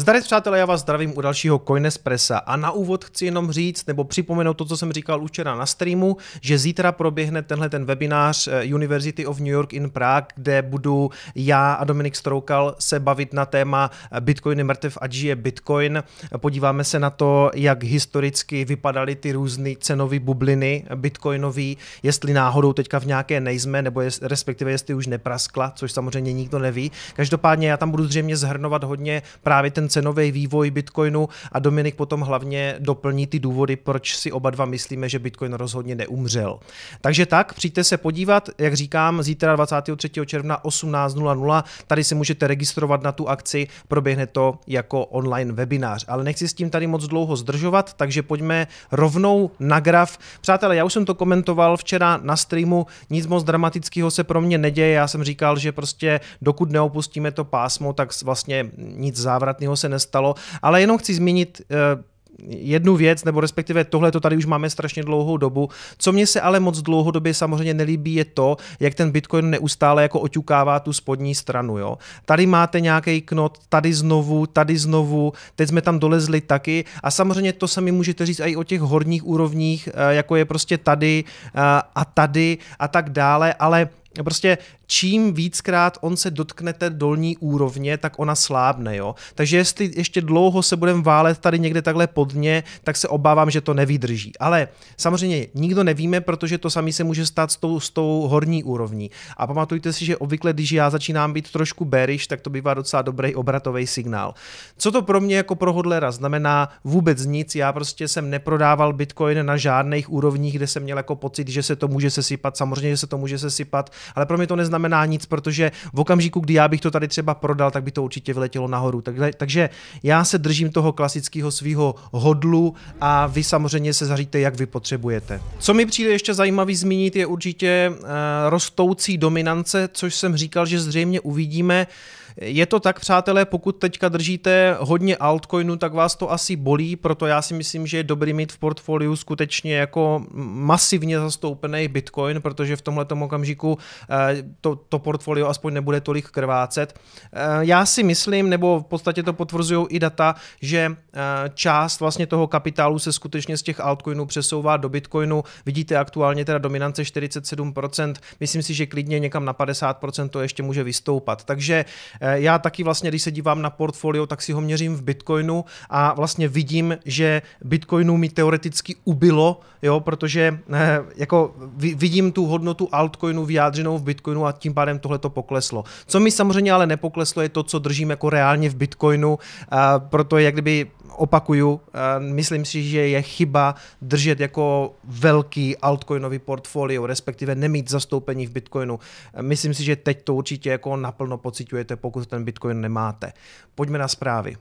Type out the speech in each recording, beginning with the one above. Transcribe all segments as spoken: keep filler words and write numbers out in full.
Zdarec přátelé, já vás zdravím u dalšího Coinespressa a na úvod chci jenom říct nebo připomenout to, co jsem říkal už včera na streamu, že zítra proběhne tenhle ten webinář University of New York in Prague, kde budu já a Dominik Stroukal se bavit na téma Bitcoin je mrtev a žije Bitcoin. Podíváme se na to, jak historicky vypadaly ty různé cenové bubliny bitcoinové, jestli náhodou teďka v nějaké nejsme, nebo jest, respektive jestli už nepraskla, což samozřejmě nikdo neví. Každopádně já tam budu zřejmě zhrnovat hodně právě ten cenový vývoj Bitcoinu a Dominik potom hlavně doplní ty důvody, proč si oba dva myslíme, že Bitcoin rozhodně neumřel. Takže tak, přijďte se podívat, jak říkám, zítra dvacátého třetího června osmnáct nula nula, tady se můžete registrovat na tu akci, proběhne to jako online webinář, ale nechci s tím tady moc dlouho zdržovat, takže pojďme rovnou na graf. Přátelé, já už jsem to komentoval včera na streamu, nic moc dramatického se pro mě neděje, já jsem říkal, že prostě dokud neopustíme to pásmo, tak vlastně nic závratného se nestalo, ale jenom chci zmínit eh, jednu věc, nebo respektive tohle to tady už máme strašně dlouhou dobu. Co mně se ale moc dlouhodobě samozřejmě nelíbí je to, jak ten Bitcoin neustále jako oťukává tu spodní stranu. Jo? Tady máte nějaký knot, tady znovu, tady znovu, teď jsme tam dolezli taky a samozřejmě to sami můžete říct i o těch horních úrovních, jako je prostě tady a tady a tak dále, ale prostě čím víckrát on se dotkne té dolní úrovně, tak ona slábne, jo. Takže jestli ještě dlouho se budeme válet tady někde takhle pod dně, tak se obávám, že to nevydrží. Ale samozřejmě nikdo nevíme, protože to samé se může stát s tou, s tou horní úrovní. A pamatujte si, že obvykle, když já začínám být trošku bearish, tak to bývá docela dobrý obratový signál. Co to pro mě jako pro hodlera znamená? Vůbec nic. Já prostě jsem neprodával Bitcoin na žádných úrovních, kde jsem měl jako pocit, že se to může sesypat. Samozřejmě, že se to může sesypat, ale pro mě to neznamená znamená nic, protože v okamžiku, kdy já bych to tady třeba prodal, tak by to určitě vyletělo nahoru. Takže, takže já se držím toho klasického svého hodlu a vy samozřejmě se zaříďte, jak vy potřebujete. Co mi přijde ještě zajímavý zmínit, je určitě uh, rostoucí dominance, což jsem říkal, že zřejmě uvidíme. Je to tak, přátelé, pokud teďka držíte hodně altcoinů, tak vás to asi bolí, proto já si myslím, že je dobrý mít v portfoliu skutečně jako masivně zastoupený Bitcoin, protože v tomhletom okamžiku to, to portfolio aspoň nebude tolik krvácet. Já si myslím, nebo v podstatě to potvrzují i data, že část vlastně toho kapitálu se skutečně z těch altcoinů přesouvá do Bitcoinu. Vidíte aktuálně teda dominance čtyřicet sedm procent, myslím si, že klidně někam na padesát procent to ještě může vystoupat. Takže já taky vlastně, když se dívám na portfolio, tak si ho měřím v Bitcoinu a vlastně vidím, že Bitcoinu mi teoreticky ubylo, jo, protože eh, jako vidím tu hodnotu altcoinu vyjádřenou v Bitcoinu a tím pádem tohle to pokleslo. Co mi samozřejmě ale nepokleslo, je to, co držím jako reálně v Bitcoinu, a proto jak kdyby opakuju, myslím si, že je chyba držet jako velký altcoinový portfolio, respektive nemít zastoupení v Bitcoinu. Myslím si, že teď to určitě jako naplno pociťujete, pokud ten Bitcoin nemáte. Pojďme na zprávy.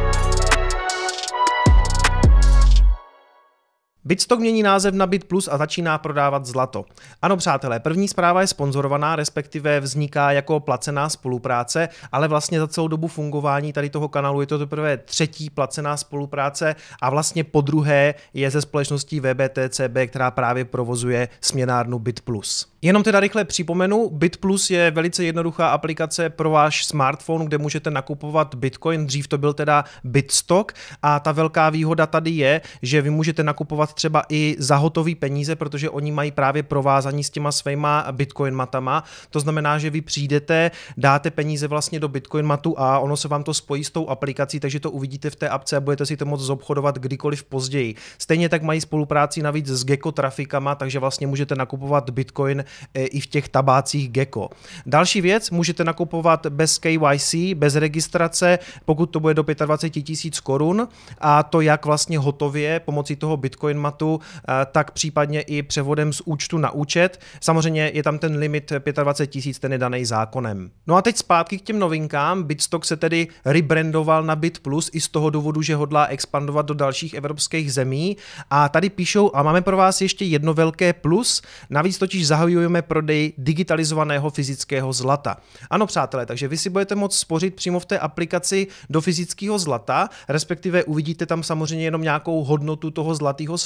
Bitstock mění název na BitPlus a začíná prodávat zlato. Ano, přátelé, první zpráva je sponzorovaná, respektive vzniká jako placená spolupráce, ale vlastně za celou dobu fungování tady toho kanálu je to teprve třetí placená spolupráce a vlastně po druhé je ze společností V B T C B, která právě provozuje směnárnu BitPlus. Jenom teda rychle připomenu, BitPlus je velice jednoduchá aplikace pro váš smartphone, kde můžete nakupovat Bitcoin, dřív to byl teda Bitstock a ta velká výhoda tady je, že vy můžete nakupovat třeba i za hotový peníze, protože oni mají právě provázaní s těma svýma Bitcoin matama. To znamená, že vy přijdete, dáte peníze vlastně do Bitcoin matu a ono se vám to spojí s tou aplikací, takže to uvidíte v té apce a budete si to moct zobchodovat kdykoliv později. Stejně tak mají spolupráci navíc s Gecko trafikama, takže vlastně můžete nakupovat Bitcoin i v těch tabácích Gecko. Další věc, můžete nakupovat bez K Y C, bez registrace, pokud to bude do dvacet pět tisíc korun a to jak vlastně hotově pomocí toho Bitcoin matu, tak případně i převodem z účtu na účet. Samozřejmě je tam ten limit dvacet pět tisíc, ten je daný zákonem. No a teď zpátky k těm novinkám. Bitstock se tedy rebrandoval na BitPlus i z toho důvodu, že hodlá expandovat do dalších evropských zemí a tady píšou, a máme pro vás ještě jedno velké plus, navíc totiž zahajujeme prodej digitalizovaného fyzického zlata. Ano, přátelé, takže vy si budete moct spořit přímo v té aplikaci do fyzického zlata, respektive uvidíte tam samozřejmě jenom nějakou hodnotu toho zlatého slibu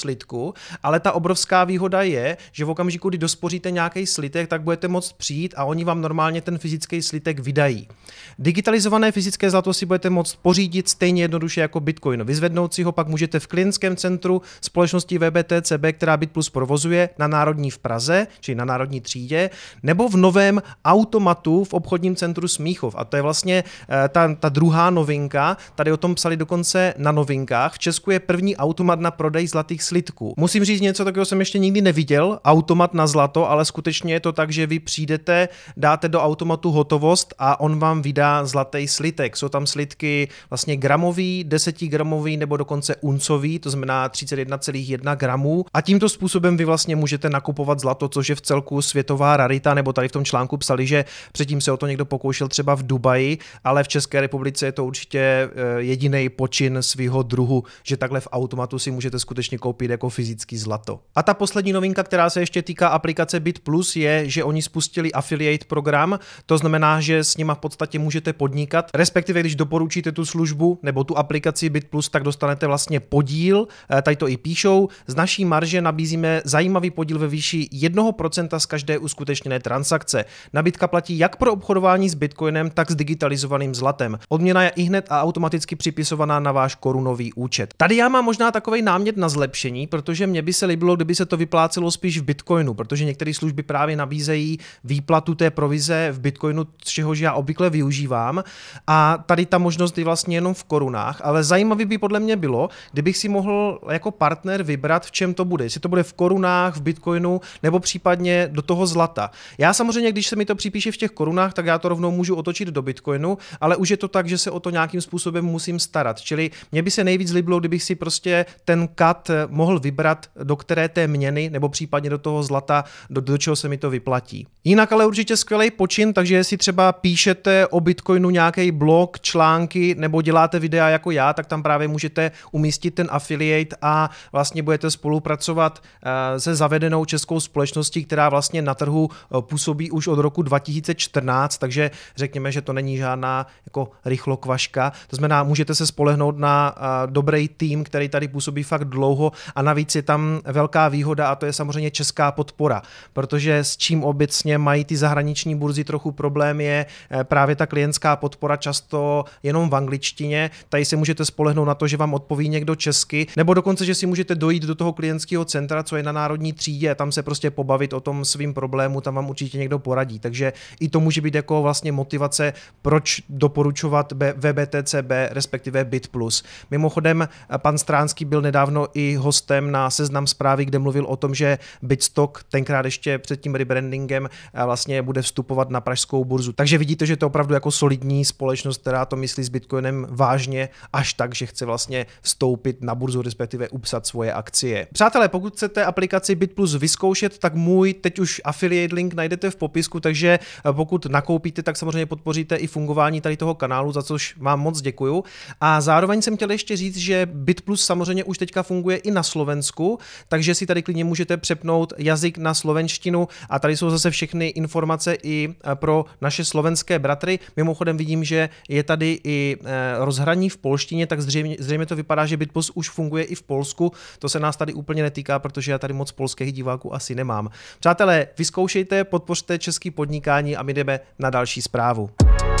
slitku, ale ta obrovská výhoda je, že v okamžiku, kdy dospoříte nějaký slitek, tak budete moct přijít a oni vám normálně ten fyzický slitek vydají. Digitalizované fyzické zlato si budete moct pořídit stejně jednoduše jako Bitcoin. Vyzvednout si ho pak můžete v klientském centru společnosti V B T C B, která BitPlus provozuje, na Národní v Praze, čili na Národní třídě, nebo v novém automatu v obchodním centru Smíchov. A to je vlastně ta, ta druhá novinka. Tady o tom psali dokonce na Novinkách. V Česku je první automat na prodej zlatých slitků. Musím říct něco takového, jsem ještě nikdy neviděl, automat na zlato, ale skutečně je to tak, že vy přijdete, dáte do automatu hotovost a on vám vydá zlatý slitek. Jsou tam slitky vlastně gramový, desetigramový nebo dokonce uncový, to znamená třicet jedna celá jedna gramů. A tímto způsobem vy vlastně můžete nakupovat zlato, což je v celku světová rarita, nebo tady v tom článku psali, že předtím se o to někdo pokoušel třeba v Dubaji, ale v České republice je to určitě jediný počin svého druhu, že takhle v automatu si můžete skutečně koupit jako fyzický zlato. A ta poslední novinka, která se ještě týká aplikace BitPlus, je, že oni spustili affiliate program, to znamená, že s nima v podstatě můžete podnikat, respektive když doporučíte tu službu nebo tu aplikaci BitPlus, tak dostanete vlastně podíl, tady to i píšou, z naší marže nabízíme zajímavý podíl ve výši jednoho procenta z každé uskutečněné transakce. Nabídka platí jak pro obchodování s Bitcoinem, tak s digitalizovaným zlatem. Odměna je ihned a automaticky připisovaná na váš korunový účet. Tady já mám možná takový námět na zlepšení, protože mě by se líbilo, kdyby se to vyplácelo spíš v Bitcoinu, protože některé služby právě nabízejí výplatu té provize v Bitcoinu, čehož já obvykle využívám. A tady ta možnost je vlastně jenom v korunách, ale zajímavý by podle mě bylo, kdybych si mohl jako partner vybrat, v čem to bude. Jestli to bude v korunách, v Bitcoinu, nebo případně do toho zlata. Já samozřejmě, když se mi to připíše v těch korunách, tak já to rovnou můžu otočit do Bitcoinu, ale už je to tak, že se o to nějakým způsobem musím starat. Čili mě by se nejvíc líbilo, kdybych si prostě ten cut mohl vybrat, do které té měny, nebo případně do toho zlata, do, do čeho se mi to vyplatí. Jinak ale určitě skvělý počin, takže jestli třeba píšete o Bitcoinu nějaký blog, články, nebo děláte videa jako já, tak tam právě můžete umístit ten affiliate a vlastně budete spolupracovat se zavedenou českou společností, která vlastně na trhu působí už od roku dva tisíce čtrnáct, takže řekněme, že to není žádná jako rychlokvaška. To znamená, můžete se spolehnout na dobrý tým, který tady působí fakt dlouho a navíc je tam velká výhoda a to je samozřejmě česká podpora, protože s čím obecně mají ty zahraniční burzy trochu problém je právě ta klientská podpora často jenom v angličtině. Tady se můžete spolehnout na to, že vám odpoví někdo česky, nebo dokonce, že si můžete dojít do toho klientského centra, co je na Národní třídě, a tam se prostě pobavit o tom svým problému, tam vám určitě někdo poradí. Takže i to může být jako vlastně motivace, proč doporučovat V B T C B, respektive BitPlus. Mimochodem, pan Stránský byl nedávno i hostem na Seznam Zprávy, kde mluvil o tom, že Bitstock tenkrát ještě před tím rebrandingem vlastně bude vstupovat na pražskou burzu. Takže vidíte, že to je opravdu jako solidní společnost, která to myslí s Bitcoinem vážně, až tak, že chce vlastně vstoupit na burzu, respektive upsat svoje akcie. Přátelé, pokud chcete aplikaci BitPlus vyzkoušet, tak můj teď už affiliate link najdete v popisku, takže pokud nakoupíte, tak samozřejmě podpoříte i fungování tady toho kanálu, za což vám moc děkuju. A zároveň jsem chtěl ještě říct, že BitPlus samozřejmě už teďka funguje i na Slovensku, takže si tady klidně můžete přepnout jazyk na slovenštinu a tady jsou zase všechny informace i pro naše slovenské bratry. Mimochodem vidím, že je tady i rozhraní v polštině, tak zřejmě, zřejmě to vypadá, že BitPlus už funguje i v Polsku. To se nás tady úplně netýká, protože já tady moc polských diváků asi nemám. Přátelé, vyzkoušejte, podpořte český podnikání a my jdeme na další zprávu.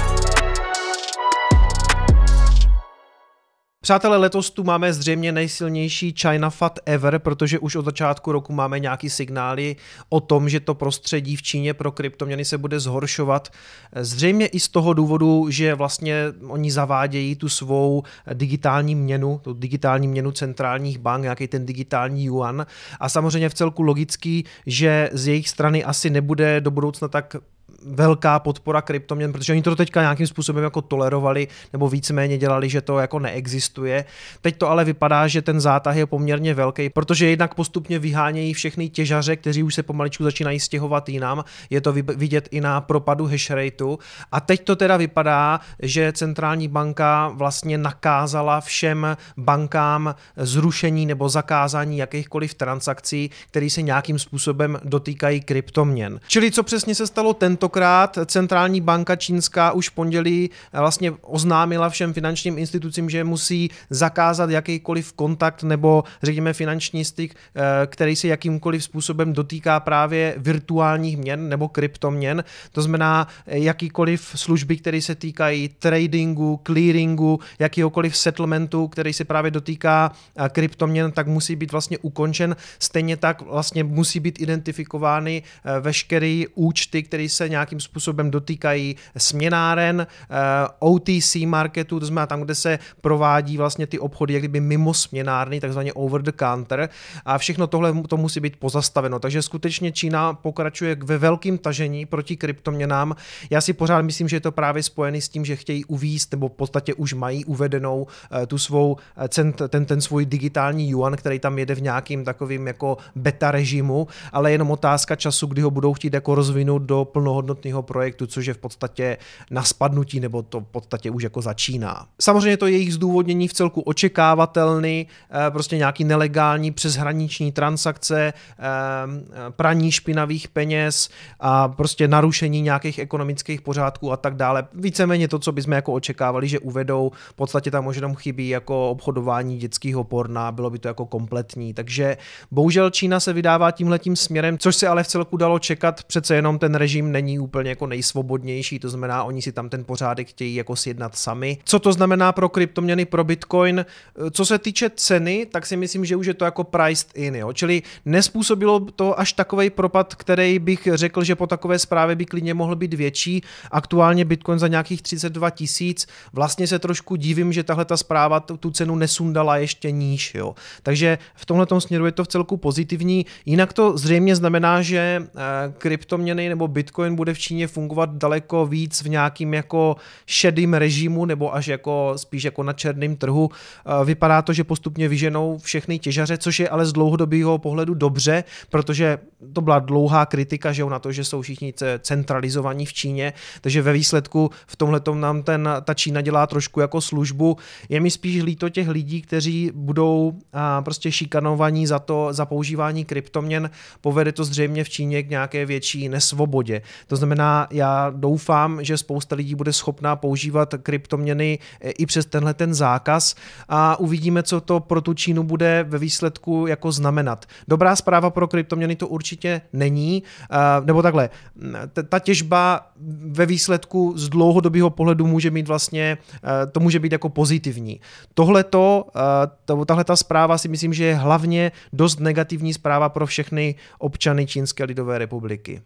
Přátelé, letos tu máme zřejmě nejsilnější China Fat ever, protože už od začátku roku máme nějaký signály o tom, že to prostředí v Číně pro kryptoměny se bude zhoršovat. Zřejmě i z toho důvodu, že vlastně oni zavádějí tu svou digitální měnu, tu digitální měnu centrálních bank, nějaký ten digitální yuan. A samozřejmě v celku logický, že z jejich strany asi nebude do budoucna tak velká podpora kryptoměn, protože oni to teďka nějakým způsobem jako tolerovali nebo víceméně dělali, že to jako neexistuje. Teď to ale vypadá, že ten zátah je poměrně velký, protože jednak postupně vyhánějí všechny těžaře, kteří už se pomaličku začínají stěhovat jinam. Je to vidět i na propadu hash rateu. A teď to teda vypadá, že centrální banka vlastně nakázala všem bankám zrušení nebo zakázání jakýchkoliv transakcí, které se nějakým způsobem dotýkají kryptoměn. Čili co přesně se stalo tento Častokrát centrální banka čínská už v pondělí vlastně oznámila všem finančním institucím, že musí zakázat jakýkoliv kontakt nebo řekněme finanční styk, který se jakýmkoliv způsobem dotýká právě virtuálních měn nebo kryptoměn. To znamená jakýkoliv služby, které se týkají tradingu, clearingu, jakýkoliv settlementu, který se právě dotýká kryptoměn, tak musí být vlastně ukončen. Stejně tak vlastně musí být identifikovány veškeré účty, které se nějakým způsobem dotýkají směnáren, O T C marketu, to znamená tam, kde se provádí vlastně ty obchody jak kdyby mimo směnárny, takzvaně over the counter, a všechno tohle to musí být pozastaveno. Takže skutečně Čína pokračuje ve velkém tažení proti kryptoměnám. Já si pořád myslím, že je to právě spojený s tím, že chtějí uvízt nebo v podstatě už mají uvedenou tu svou ten, ten svůj digitální yuan, který tam jede v nějakým takovým jako beta režimu, ale jenom otázka času, kdy ho budou chtít jako rozvinout do plnohodnotného projektu, což je v podstatě na spadnutí, nebo to v podstatě už jako začíná. Samozřejmě to jejich zdůvodnění v celku očekávatelný, prostě nějaký nelegální přeshraniční transakce, praní špinavých peněz a prostě narušení nějakých ekonomických pořádků a tak dále. Víceméně to, co bychom jako očekávali, že uvedou, v podstatě tam možná chybí jako obchodování dětského porna, bylo by to jako kompletní. Takže bohužel Čína se vydává tímhletím směrem, což se ale v celku dalo čekat, přece jenom ten režim není úplně jako nejsvobodnější, to znamená, oni si tam ten pořádek chtějí jako sjednat sami. Co to znamená pro kryptoměny, pro Bitcoin? Co se týče ceny, tak si myslím, že už je to jako priced in, jo? Čili nespůsobilo to až takovej propad, který bych řekl, že po takové zprávě by klidně mohl být větší. Aktuálně Bitcoin za nějakých třicet dva tisíc. Vlastně se trošku divím, že tahle ta zpráva tu cenu nesundala ještě níž, jo? Takže v tomhletom směru je to v celku pozitivní. Jinak to zřejmě znamená, že kryptoměny nebo Bitcoin bude v Číně fungovat daleko víc v nějakým jako šedým režimu nebo až jako spíš jako na černém trhu. Vypadá to, že postupně vyženou všechny těžaře, což je ale z dlouhodobého pohledu dobře, protože to byla dlouhá kritika, že na to, že jsou všichni centralizovaní v Číně, takže ve výsledku v tomhletom nám ten, ta Čína dělá trošku jako službu. Je mi spíš líto těch lidí, kteří budou a, prostě šikanovaní za to, za používání kryptoměn, povede to zřejmě v Číně k nějaké větší nesvobodě. To znamená, já doufám, že spousta lidí bude schopná používat kryptoměny i přes tenhle ten zákaz a uvidíme, co to pro tu Čínu bude ve výsledku jako znamenat. Dobrá zpráva pro kryptoměny to určitě není, nebo takhle, ta těžba ve výsledku z dlouhodobého pohledu může mít vlastně, to může být jako pozitivní. Tohleto, tahle ta zpráva si myslím, že je hlavně dost negativní zpráva pro všechny občany Čínské lidové republiky.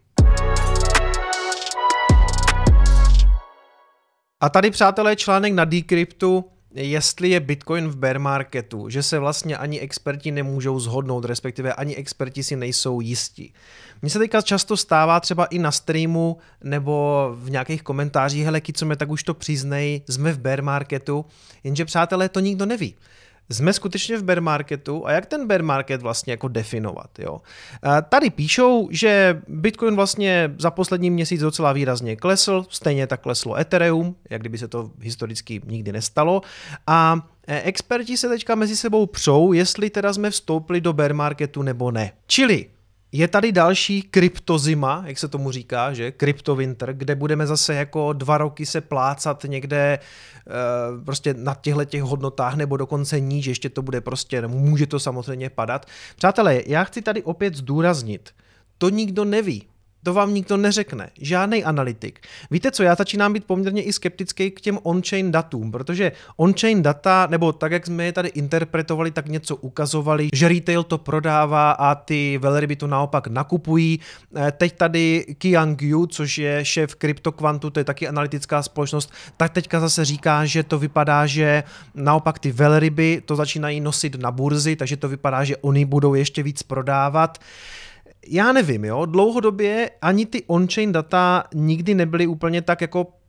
A tady, přátelé, článek na Decryptu, jestli je Bitcoin v bear marketu, že se vlastně ani experti nemůžou shodnout, respektive ani experti si nejsou jistí. Mně se teďka často stává třeba i na streamu nebo v nějakých komentářích, hele, co mě tak už to přiznej, jsme v bear marketu, jenže, přátelé, to nikdo neví. Jsme skutečně v bear marketu a jak ten bear market vlastně jako definovat, jo? Tady píšou, že Bitcoin vlastně za poslední měsíc docela výrazně klesl, stejně tak kleslo Ethereum, jak kdyby se to historicky nikdy nestalo, a experti se teďka mezi sebou přou, jestli teda jsme vstoupili do bear marketu nebo ne. Čili je tady další kryptozima, jak se tomu říká, že kryptovinter, kde budeme zase jako dva roky se plácat někde e, prostě na těchto těch hodnotách nebo dokonce níž, ještě to bude prostě, může to samozřejmě padat. Přátelé, já chci tady opět zdůraznit, to nikdo neví. To vám nikdo neřekne, žádný analytik. Víte co, já začínám být poměrně i skeptický k těm on-chain datům, protože on-chain data, nebo tak, jak jsme je tady interpretovali, tak něco ukazovali, že retail to prodává a ty velryby to naopak nakupují. Teď tady Qiang Yu, což je šéf CryptoQuantu, to je taky analytická společnost, tak teďka zase říká, že to vypadá, že naopak ty velryby to začínají nosit na burzy, takže to vypadá, že oni budou ještě víc prodávat. Já nevím, jo, dlouhodobě ani ty on-chain data nikdy nebyly úplně tak jako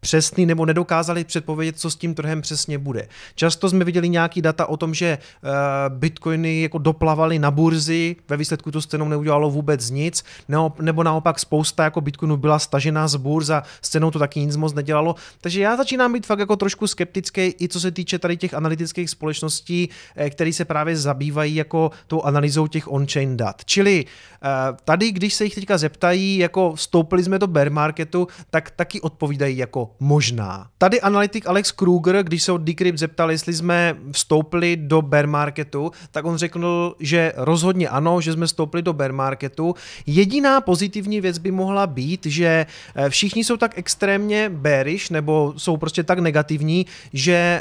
přesný nebo nedokázali předpovědět, co s tím trhem přesně bude. Často jsme viděli nějaký data o tom, že uh, bitcoiny jako doplavaly na burzy, ve výsledku to s cenou neudělalo vůbec nic, nebo naopak spousta jako bitcoinů byla stažená z burz a s cenou to taky nic moc nedělalo. Takže já začínám být fakt jako trošku skeptický, i co se týče tady těch analytických společností, které se právě zabývají jako tou analýzou těch on-chain dat. Čili tady, když se jich teďka zeptají, jako vstoupili jsme do bear marketu, tak taky odpovídají jako možná. Tady analytik Alex Kruger, když se od Decrypt zeptal, jestli jsme vstoupili do bear marketu, tak on řekl, že rozhodně ano, že jsme vstoupili do bear marketu. Jediná pozitivní věc by mohla být, že všichni jsou tak extrémně bearish, nebo jsou prostě tak negativní, že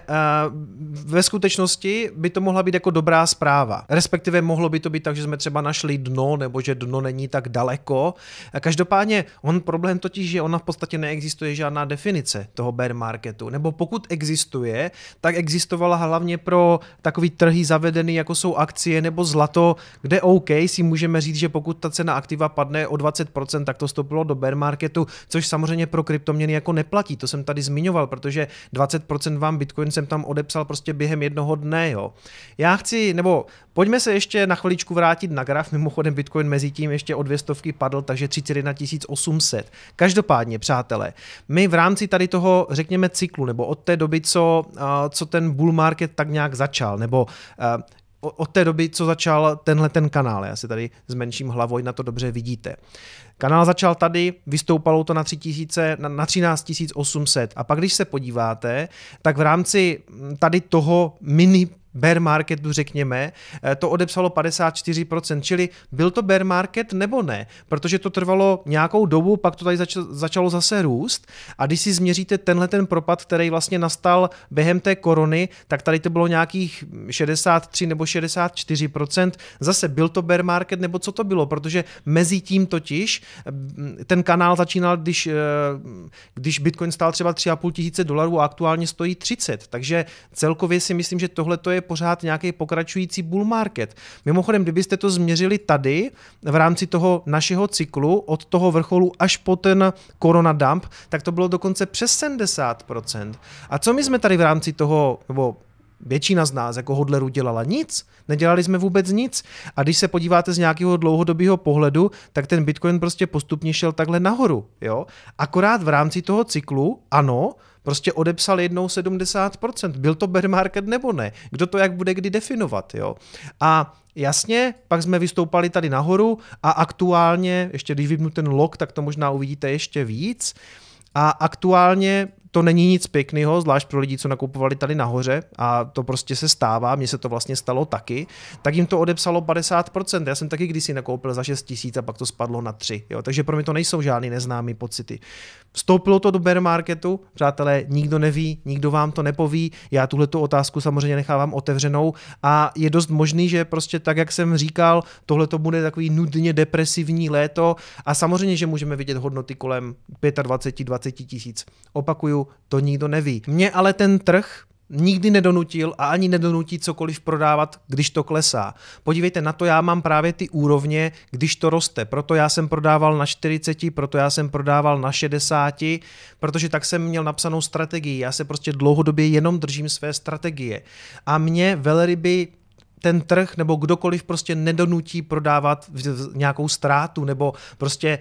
ve skutečnosti by to mohla být jako dobrá zpráva. Respektive mohlo by to být tak, že jsme třeba našli dno, nebo že dno není tak daleko. Každopádně on problém totiž, že ona v podstatě neexistuje žádná definice toho bear marketu, nebo pokud existuje, tak existovala hlavně pro takový trhy zavedený, jako jsou akcie nebo zlato, kde OK, si můžeme říct, že pokud ta cena aktiva padne o dvacet procent, tak to vstoupilo do bear marketu, což samozřejmě pro kryptoměny jako neplatí. To jsem tady zmiňoval, protože dvacet procent vám Bitcoin jsem tam odepsal prostě během jednoho dne, jo. Já chci, nebo pojďme se ještě na chviličku vrátit na graf, mimochodem Bitcoin mezi tím ještě o dvě stovky padl, takže třicet jedna tisíc osm set. Každopádně, přátelé, my v rámci tady toho, řekněme, cyklu, nebo od té doby, co, co ten bull market tak nějak začal, nebo od té doby, co začal tenhle ten kanál, já si tady zmenším hlavou, na to dobře vidíte. Kanál začal tady, vystoupalo to na, tři tisíce, na, na třináct tisíc osm set a pak když se podíváte, tak v rámci tady toho mini bear marketu, řekněme, to odepsalo padesát čtyři procent, čili byl to bear market nebo ne, protože to trvalo nějakou dobu, pak to tady zač- začalo zase růst a když si změříte tenhle ten propad, který vlastně nastal během té korony, tak tady to bylo nějakých šedesát tři nebo šedesát čtyři procent, zase byl to bear market nebo co to bylo, protože mezi tím totiž ten kanál začínal, když, když Bitcoin stál třeba tři a půl tisíce dolarů a aktuálně stojí třicet, takže celkově si myslím, že tohle to je pořád nějaký pokračující bull market. Mimochodem, kdybyste to změřili tady v rámci toho našeho cyklu od toho vrcholu až po ten korona dump, tak to bylo dokonce přes sedmdesát procent. A co my jsme tady v rámci toho, nebo většina z nás jako hodlerů dělala nic, nedělali jsme vůbec nic. A když se podíváte z nějakého dlouhodobého pohledu, tak ten Bitcoin prostě postupně šel takhle nahoru. Jo? Akorát v rámci toho cyklu, ano, prostě odepsal jednou sedmdesát procent. Byl to bear market nebo ne? Kdo to jak bude kdy definovat? Jo? A jasně, pak jsme vystoupali tady nahoru a aktuálně, ještě když vypnu ten log, tak to možná uvidíte ještě víc. A aktuálně to není nic pěkného, zvlášť pro lidi, co nakupovali tady nahoře a to prostě se stává, mně se to vlastně stalo taky, tak jim to odepsalo padesát procent. Já jsem taky kdysi nakoupil za šest tisíc a pak to spadlo na tři. Jo? Takže pro mě to nejsou žádný neznámý pocity. Vstoupilo to do bear marketu, přátelé, nikdo neví, nikdo vám to nepoví, já tuhletu otázku samozřejmě nechávám otevřenou a je dost možný, že prostě tak, jak jsem říkal, tohle to bude takový nudně depresivní léto a samozřejmě, že můžeme vidět hodnoty kolem dvacet pět dvacet tisíc. Opakuju, to nikdo neví. Mě ale ten trh nikdy nedonutil a ani nedonutí cokoliv prodávat, když to klesá. Podívejte na to, já mám právě ty úrovně, když to roste. Proto já jsem prodával na čtyřicet, proto já jsem prodával na šedesát, protože tak jsem měl napsanou strategii. Já se prostě dlouhodobě jenom držím své strategie. A mě velryby ten trh nebo kdokoliv prostě nedonutí prodávat nějakou ztrátu nebo prostě,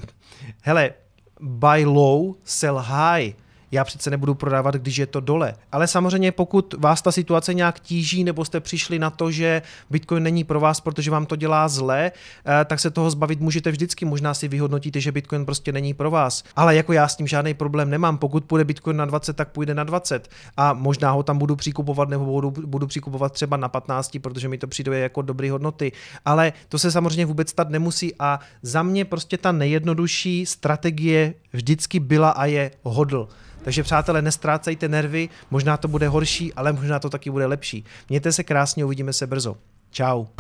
hele, buy low, sell high. Já přece nebudu prodávat, když je to dole. Ale samozřejmě pokud vás ta situace nějak tíží nebo jste přišli na to, že Bitcoin není pro vás, protože vám to dělá zle, tak se toho zbavit můžete vždycky. Možná si vyhodnotíte, že Bitcoin prostě není pro vás. Ale jako já s tím žádný problém nemám. Pokud půjde Bitcoin na dvacet, tak půjde na dvacet. A možná ho tam budu přikupovat nebo budu, budu přikupovat třeba na patnáct, protože mi to přijde jako dobrý hodnoty. Ale to se samozřejmě vůbec stát nemusí a za mě prostě ta nejjednodušší strategie vždycky byla a je hodl. Takže přátelé, nestrácejte nervy, možná to bude horší, ale možná to taky bude lepší. Mějte se krásně, uvidíme se brzo. Čau.